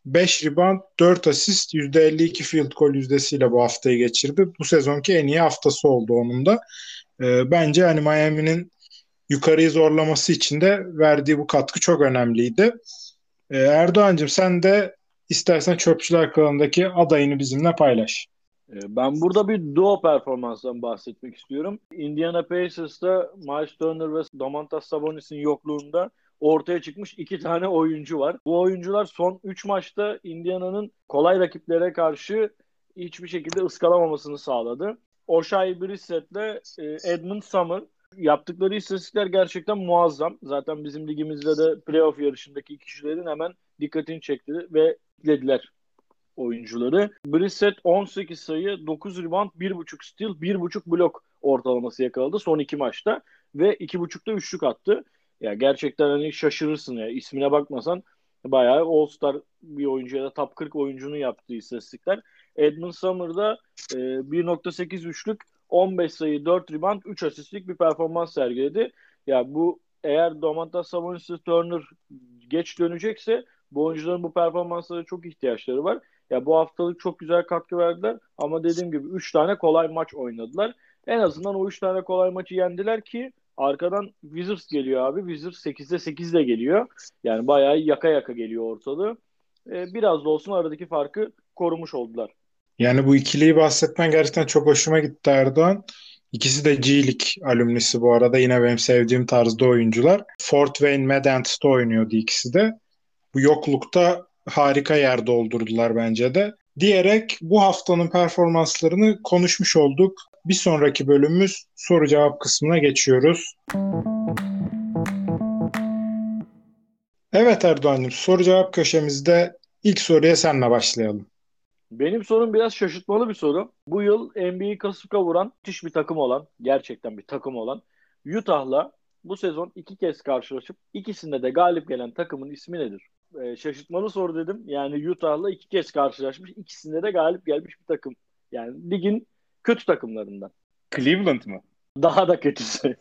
beş rebound, dört asist, yüzde elli iki field goal yüzdesiyle bu haftayı geçirdi. Bu sezonki en iyi haftası oldu onun da. Ee, bence hani Miami'nin yukarıyı zorlaması için de verdiği bu katkı çok önemliydi. Ee, Erdoğan'cığım sen de istersen Çöpçüler Kralı'ndaki adayını bizimle paylaş. Ee, Ben burada bir duo performanstan bahsetmek istiyorum. Indiana Pacers'ta Miles Turner ve Domantas Sabonis'in yokluğunda ortaya çıkmış iki tane oyuncu var. Bu oyuncular son üç maçta Indiana'nın kolay rakiplere karşı hiçbir şekilde ıskalamamasını sağladı. Oshai Brissett'le e, Edmund Summer. Yaptıkları istatistikler gerçekten muazzam. Zaten bizim ligimizde de playoff yarışındaki kişilerin hemen dikkatini çekti ve eklediler oyuncuları. Brissett on sekiz sayı, dokuz rebound, bir buçuk steal, bir buçuk blok ortalaması yakaladı son iki maçta ve iki buçukta üçlük attı. Ya gerçekten hani şaşırırsın ya. İsmine bakmasan bayağı All-Star bir oyuncu ya da top kırk oyuncunun yaptığı istatistikler. Edmund Summer'da e, bir nokta sekiz üçlük, on beş sayı, dört rebound, üç asistlik bir performans sergiledi. Ya bu eğer Domantas Sabonis Turner geç dönecekse bu oyuncuların bu performanslara çok ihtiyaçları var. Ya bu haftalık çok güzel katkı verdiler ama dediğim gibi üç tane kolay maç oynadılar. En azından o üç tane kolay maçı yendiler ki arkadan Wizards geliyor abi. Wizards sekizde sekiz de geliyor. Yani bayağı yaka yaka geliyor ortalığı. Ee, biraz da olsun aradaki farkı korumuş oldular. Yani bu ikiliyi bahsetmen gerçekten çok hoşuma gitti Erdoğan. İkisi de G League alümnisi bu arada. Yine benim sevdiğim tarzda oyuncular. Fort Wayne Mad-Ant'ta oynuyordu ikisi de. Bu yoklukta harika yer doldurdular bence de. Diyerek bu haftanın performanslarını konuşmuş olduk. Bir sonraki bölümümüz soru cevap kısmına geçiyoruz. Evet Erdoğan'cığım, soru cevap köşemizde ilk soruya senle başlayalım. Benim sorum biraz şaşırtmalı bir soru. Bu yıl N B A'yi kasıp kavuran müthiş bir takım olan, gerçekten bir takım olan Utah'la bu sezon iki kez karşılaşıp ikisinde de galip gelen takımın ismi nedir? Ee, şaşırtmalı soru dedim. Yani Utah'la iki kez karşılaşmış, ikisinde de galip gelmiş bir takım. Yani ligin kötü takımlarından. Cleveland mı? Daha da kötüsü.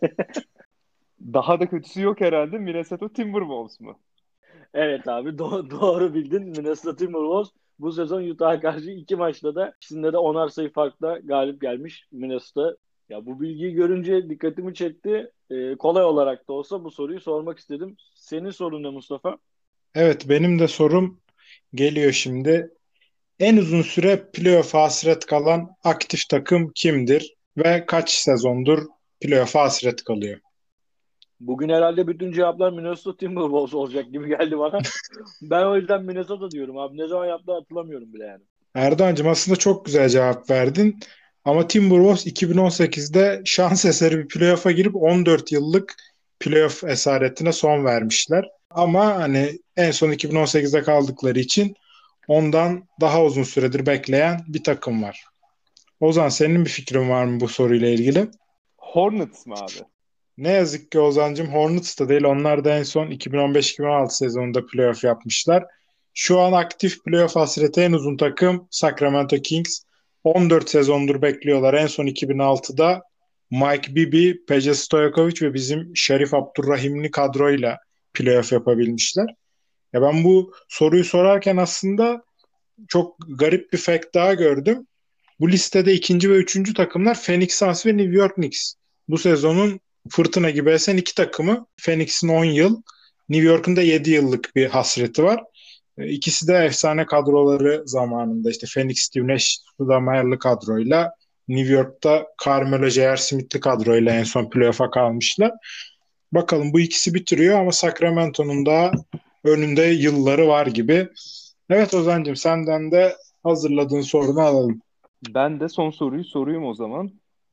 Daha da kötüsü yok herhalde. Minnesota Timberwolves mu? Evet abi do- doğru bildin. Minnesota Timberwolves bu sezon Utah'a karşı iki maçta da ikisinde de onar sayı farkla galip gelmiş Minnesota. Ya bu bilgiyi görünce dikkatimi çekti. Ee, kolay olarak da olsa bu soruyu sormak istedim. Senin sorun ne Mustafa? Evet, benim de sorum geliyor şimdi. En uzun süre playoff hasret kalan aktif takım kimdir ve kaç sezondur playoff hasret kalıyor? Bugün herhalde bütün cevaplar Minnesota Timberwolves olacak gibi geldi bana. Ben o yüzden Minnesota diyorum abi. Ne zaman yaptı hatırlamıyorum bile yani. Erdoğan'cığım aslında çok güzel cevap verdin. Ama Timberwolves iki bin on sekizde şans eseri bir playoff'a girip on dört yıllık playoff esaretine son vermişler. Ama hani en son iki bin on sekizde kaldıkları için ondan daha uzun süredir bekleyen bir takım var. Ozan, senin bir fikrin var mı bu soruyla ilgili? Hornets mi abi? Ne yazık ki Ozan'cığım, Hornets da değil. Onlar da en son iki bin on beş iki bin on altı sezonunda playoff yapmışlar. Şu an aktif playoff hasreti en uzun takım Sacramento Kings. on dört sezondur bekliyorlar. En son iki bin altıda Mike Bibby, Peja Stojakovic ve bizim Şerif Abdurrahimli kadroyla playoff yapabilmişler. Ya ben bu soruyu sorarken aslında çok garip bir fact daha gördüm. Bu listede ikinci ve üçüncü takımlar Phoenix Suns ve New York Knicks. Bu sezonun fırtına gibi esen iki takımı. Phoenix'in on yıl, New York'un da yedi yıllık bir hasreti var. E, İkisi de efsane kadroları zamanında. İşte Phoenix Steve Nash, Stoudemire'lı kadroyla, New York'ta Carmelo J R. Smith'li kadroyla en son playoff'a kalmışlar. Bakalım bu ikisi bitiriyor ama Sacramento'nun da önünde yılları var gibi. Evet Ozan'cığım, senden de hazırladığın sorunu alalım. Ben de son soruyu sorayım o zaman.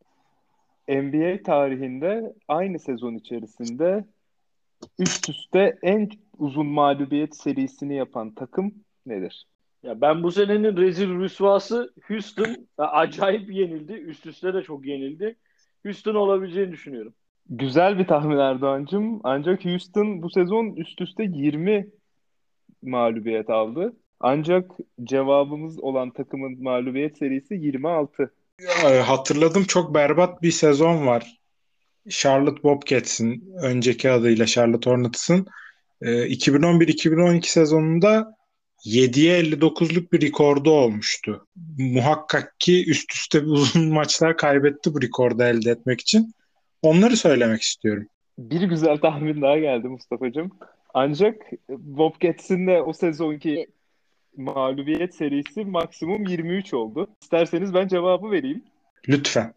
N B A tarihinde aynı sezon içerisinde üst üste en uzun mağlubiyet serisini yapan takım nedir? Ya ben bu senenin rezil rüsvası Houston acayip yenildi. Üst üste de çok yenildi. Houston olabileceğini düşünüyorum. Güzel bir tahmin Erdoğan'cığım. Ancak Houston bu sezon üst üste yirmi mağlubiyet aldı. Ancak cevabımız olan takımın mağlubiyet serisi yirmi altı. E, hatırladım, çok berbat bir sezon var. Charlotte Bobcats'in önceki adıyla Charlotte Hornets'ın e, iki bin on bir iki bin on iki sezonunda yediye elli dokuzluk bir rekordu olmuştu. Muhakkak ki üst üste uzun maçlar kaybetti bu rekordu elde etmek için. Onları söylemek istiyorum. Bir güzel tahmin daha geldi Mustafa'cığım. Ancak Bobcats'in de o sezonki mağlubiyet serisi maksimum yirmi üç oldu. İsterseniz ben cevabı vereyim. Lütfen.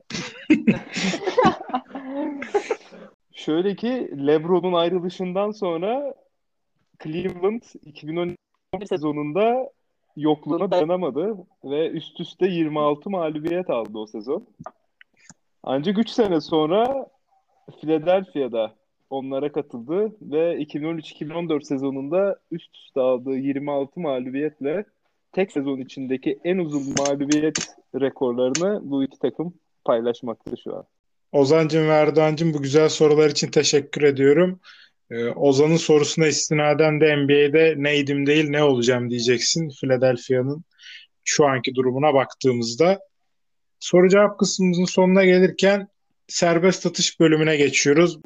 Şöyle ki LeBron'un ayrılışından sonra Cleveland iki bin on iki sezonunda yokluğuna dayanamadı ve üst üste yirmi altı mağlubiyet aldı o sezon. Ancak üç sene sonra Philadelphia'da onlara katıldı ve iki bin on üç iki bin on dört sezonunda üst üste aldığı yirmi altı mağlubiyetle tek sezon içindeki en uzun mağlubiyet rekorlarını bu iki takım paylaşmakta şu an. Ozan'cığım ve Erdoğan'cığım bu güzel sorular için teşekkür ediyorum. Ee, Ozan'ın sorusuna istinaden de N B A'de neydim değil ne olacağım diyeceksin. Philadelphia'nın şu anki durumuna baktığımızda. Soru cevap kısmımızın sonuna gelirken serbest atış bölümüne geçiyoruz.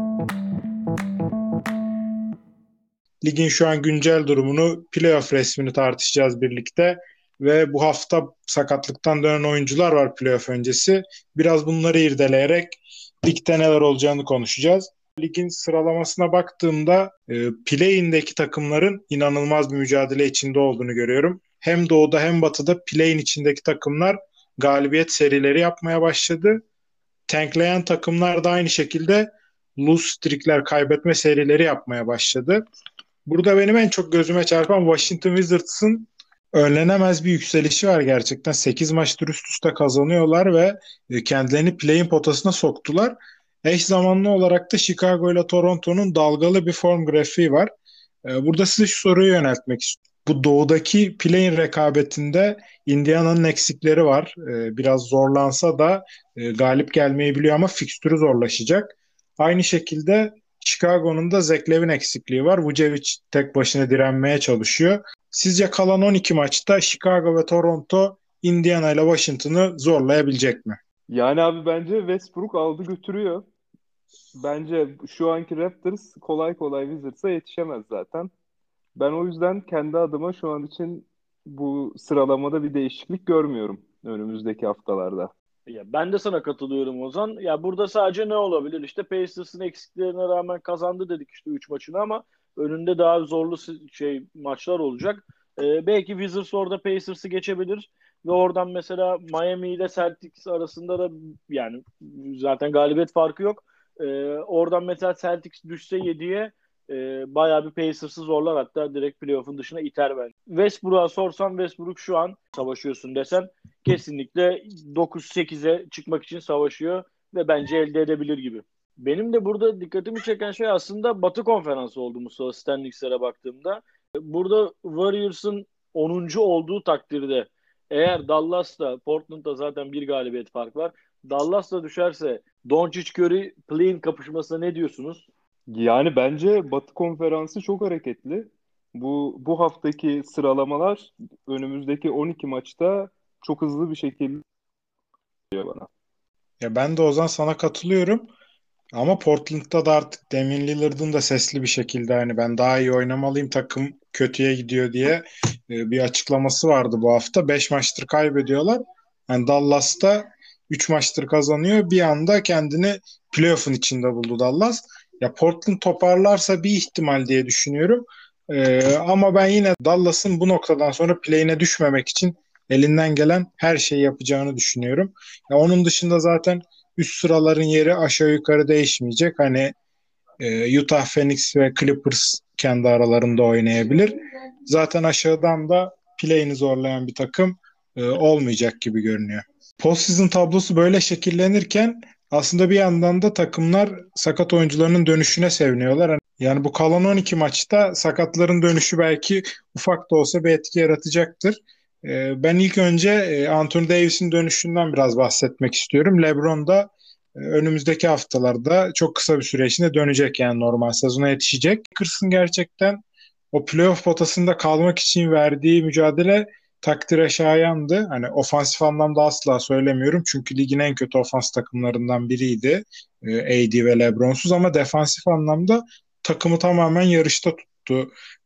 Ligin şu an güncel durumunu, playoff resmini tartışacağız birlikte. Ve bu hafta sakatlıktan dönen oyuncular var playoff öncesi. Biraz bunları irdeleyerek ligde neler olacağını konuşacağız. Ligin sıralamasına baktığımda e, play-in'deki takımların inanılmaz bir mücadele içinde olduğunu görüyorum. Hem doğuda hem batıda play-in içindeki takımlar galibiyet serileri yapmaya başladı. Tankleyen takımlar da aynı şekilde lose streakler, kaybetme serileri yapmaya başladı. Burada benim en çok gözüme çarpan Washington Wizards'ın önlenemez bir yükselişi var gerçekten. sekiz maçtır üst üste kazanıyorlar ve kendilerini play-in potasına soktular. Eş zamanlı olarak da Chicago ile Toronto'nun dalgalı bir form grafiği var. Burada size şu soruyu yöneltmek istiyorum. Bu doğudaki play-in rekabetinde Indiana'nın eksikleri var. Biraz zorlansa da galip gelmeyi biliyor ama fikstürü zorlaşacak. Aynı şekilde Chicago'nun da Zach Lavine eksikliği var. Vucevic tek başına direnmeye çalışıyor. Sizce kalan on iki maçta Chicago ve Toronto Indiana ile Washington'ı zorlayabilecek mi? Yani abi bence Westbrook aldı götürüyor. Bence şu anki Raptors kolay kolay Wizards'a yetişemez zaten. Ben o yüzden kendi adıma şu an için bu sıralamada bir değişiklik görmüyorum önümüzdeki haftalarda. Ya ben de sana katılıyorum Ozan. Ya burada sadece ne olabilir? İşte Pacers'ın eksiklerine rağmen kazandı dedik işte üç maçını ama önünde daha zorlu şey maçlar olacak. Ee, belki Wizards orada Pacers'ı geçebilir ve oradan mesela Miami ile Celtics arasında da yani zaten galibiyet farkı yok. Ee, oradan mesela Celtics düşse yediye e, bayağı bir Pacers'ı zorlar, hatta direkt playoff'un dışına iter ben. Westbrook'a sorsam Westbrook şu an savaşıyorsun desen kesinlikle dokuz sekize çıkmak için savaşıyor ve bence elde edebilir gibi. Benim de burada dikkatimi çeken şey aslında Batı Konferansı oldu Mustafa, standingslere baktığımda. Burada Warriors'ın onuncu olduğu takdirde eğer Dallas'ta, Portland'da zaten bir galibiyet fark var. Dallas'ta düşerse Doncic Curry play-in kapışmasına ne diyorsunuz? Yani bence Batı Konferansı çok hareketli. Bu bu haftaki sıralamalar önümüzdeki on iki maçta çok hızlı bir şekilde geliyor bana. Ya ben de Ozan sana katılıyorum. Ama Portland'da da artık Damian Lillard'ın da sesli bir şekilde hani ben daha iyi oynamalıyım, takım kötüye gidiyor diye e, bir açıklaması vardı bu hafta. Beş maçtır kaybediyorlar. Yani Dallas'ta üç maçtır kazanıyor. Bir anda kendini playoff'un içinde buldu Dallas. Ya Portland toparlarsa bir ihtimal diye düşünüyorum. E, ama ben yine Dallas'ın bu noktadan sonra play'ine düşmemek için elinden gelen her şeyi yapacağını düşünüyorum. Ya onun dışında zaten üst sıraların yeri aşağı yukarı değişmeyecek. Hani e, Utah, Phoenix ve Clippers kendi aralarında oynayabilir. Zaten aşağıdan da play'ini zorlayan bir takım e, olmayacak gibi görünüyor. Postseason tablosu böyle şekillenirken aslında bir yandan da takımlar sakat oyuncularının dönüşüne seviniyorlar. Yani bu kalan on iki maçta sakatların dönüşü belki ufak da olsa bir etki yaratacaktır. Ee, Ben ilk önce e, Anthony Davis'in dönüşünden biraz bahsetmek istiyorum. LeBron da e, önümüzdeki haftalarda çok kısa bir süre içinde dönecek, yani normal sezona yetişecek. Lakers'ın gerçekten o playoff potasında kalmak için verdiği mücadele takdire şayandı. Hani ofansif anlamda asla söylemiyorum çünkü ligin en kötü ofans takımlarından biriydi e, A D ve LeBron'suz, ama defansif anlamda takımı tamamen yarışta tuttu.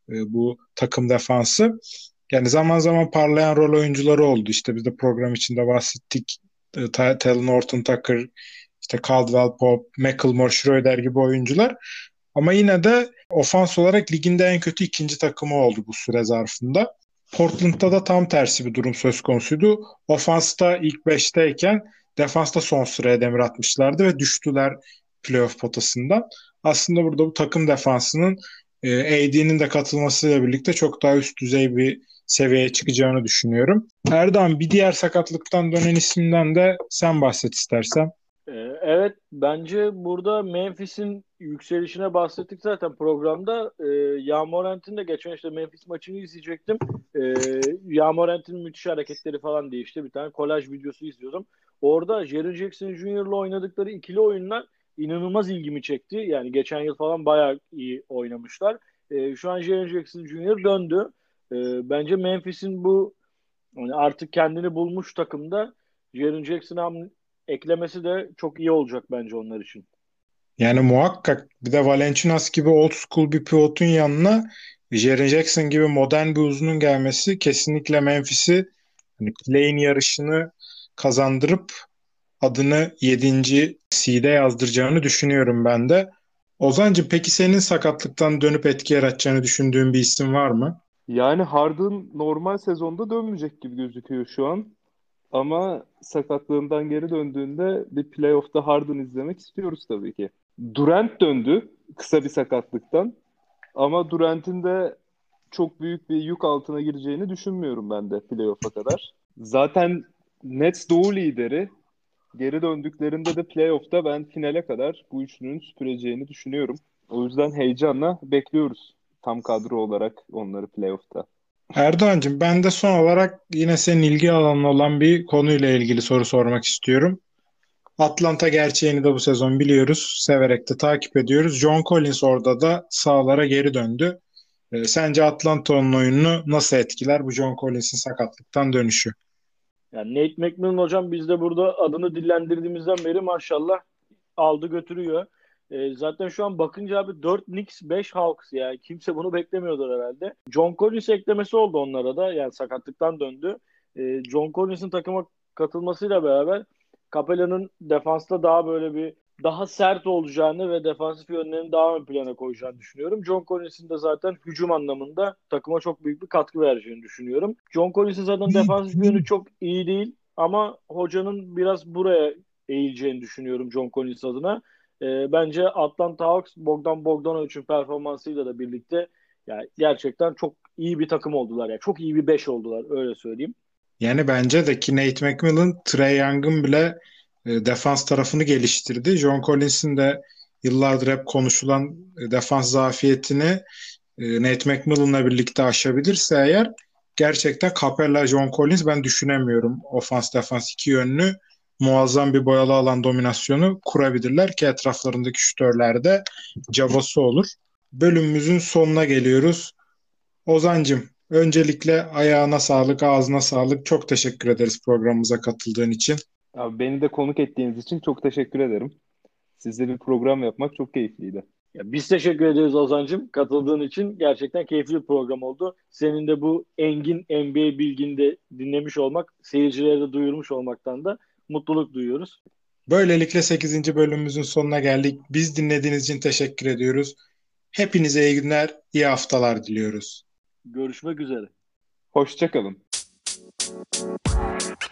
e, bu takım defansı. Yani zaman zaman parlayan rol oyuncuları oldu. İşte biz de program içinde bahsettik. E, Ta- Talon Horton-Tucker, işte Caldwell Pope, Macklemore, Schroeder gibi oyuncular. Ama yine de ofans olarak liginde en kötü ikinci takımı oldu bu süre zarfında. Portland'da da tam tersi bir durum söz konusuydu. Ofansta ilk beşteyken defansta son sıraya demir atmışlardı ve düştüler playoff potasından. Aslında burada bu takım defansının e, A D'nin de katılmasıyla birlikte çok daha üst düzey bir seviyeye çıkacağını düşünüyorum. Erdem, bir diğer sakatlıktan dönen isimden de sen bahset istersen. Ee, Evet, bence burada Memphis'in yükselişine bahsettik zaten programda. Ee, Ja Morant'in de geçen işte Memphis maçını izleyecektim. Ee, Ja Morant'in müthiş hareketleri falan diye işte bir tane kolaj videosu izliyordum. Orada Jaren Jackson Junior'la oynadıkları ikili oyunlar inanılmaz ilgimi çekti. Yani geçen yıl falan bayağı iyi oynamışlar. Ee, şu an Jaren Jackson Junior döndü. Ee, bence Memphis'in bu yani artık kendini bulmuş takımda Jaren Jackson'ı eklemesi de çok iyi olacak bence onlar için. Yani muhakkak bir de Valanciunas gibi old school bir pivotun yanına Jaren Jackson gibi modern bir uzunun gelmesi kesinlikle Memphis'i hani play-in yarışını kazandırıp adını yedinci seed'e yazdıracağını düşünüyorum ben de. Ozancığım, peki senin sakatlıktan dönüp etki yaratacağını düşündüğün bir isim var mı? Yani Harden normal sezonda dönmeyecek gibi gözüküyor şu an. Ama sakatlığından geri döndüğünde bir playoff'ta Harden izlemek istiyoruz tabii ki. Durant döndü kısa bir sakatlıktan. Ama Durant'in de çok büyük bir yük altına gireceğini düşünmüyorum ben de playoff'a kadar. Zaten Nets Doğu lideri. Geri döndüklerinde de playoff'ta ben finale kadar bu üçlünün süpüreceğini düşünüyorum. O yüzden heyecanla bekliyoruz tam kadro olarak onları playoff'ta. Erdoğan'cığım, ben de son olarak yine senin ilgi alanın olan bir konuyla ilgili soru sormak istiyorum. Atlanta gerçeğini de bu sezon biliyoruz. Severek de takip ediyoruz. John Collins orada da sahalara geri döndü. E, sence Atlanta'nın oyununu nasıl etkiler bu John Collins'in sakatlıktan dönüşü? Yani Nate McMillan hocam biz de burada adını dillendirdiğimizden beri maşallah aldı götürüyor. E, zaten şu an bakınca abi dört Knicks beş Hawks yani kimse bunu beklemiyordur herhalde. John Collins eklemesi oldu onlara da yani sakatlıktan döndü. E, John Collins'in takıma katılmasıyla beraber Capella'nın defansta daha böyle bir daha sert olacağını ve defansif yönlerini daha ön plana koyacağını düşünüyorum. John Collins'in de zaten hücum anlamında takıma çok büyük bir katkı vereceğini düşünüyorum. John Collins'in zaten defansif yönü çok iyi değil ama hocanın biraz buraya eğileceğini düşünüyorum John Collins adına. E, bence Atlanta Hawks Bogdan Bogdanovic'in performansıyla da birlikte yani gerçekten çok iyi bir takım oldular. Yani çok iyi bir beş oldular öyle söyleyeyim. Yani bence de ki Nate McMillan, Trae Young'ın bile e, defans tarafını geliştirdi. John Collins'in de yıllardır hep konuşulan e, defans zafiyetini e, Nate McMillan'la birlikte aşabilirse eğer gerçekten Capella, John Collins ben düşünemiyorum. Ofans defans iki yönlü muazzam bir boyalı alan dominasyonu kurabilirler ki etraflarındaki şütörlerde cabası olur. Bölümümüzün sonuna geliyoruz. Ozancım, öncelikle ayağına sağlık, ağzına sağlık. Çok teşekkür ederiz programımıza katıldığın için. Abi beni de konuk ettiğiniz için çok teşekkür ederim. Sizle bir program yapmak çok keyifliydi. Ya biz teşekkür ederiz Ozan'cığım katıldığın için. Gerçekten keyifli bir program oldu. Senin de bu engin N B A bilgini de dinlemiş olmak, seyircilere de duyurmuş olmaktan da mutluluk duyuyoruz. Böylelikle sekizinci bölümümüzün sonuna geldik. Biz dinlediğiniz için teşekkür ediyoruz. Hepinize iyi günler, iyi haftalar diliyoruz. Görüşmek üzere. Hoşça kalın.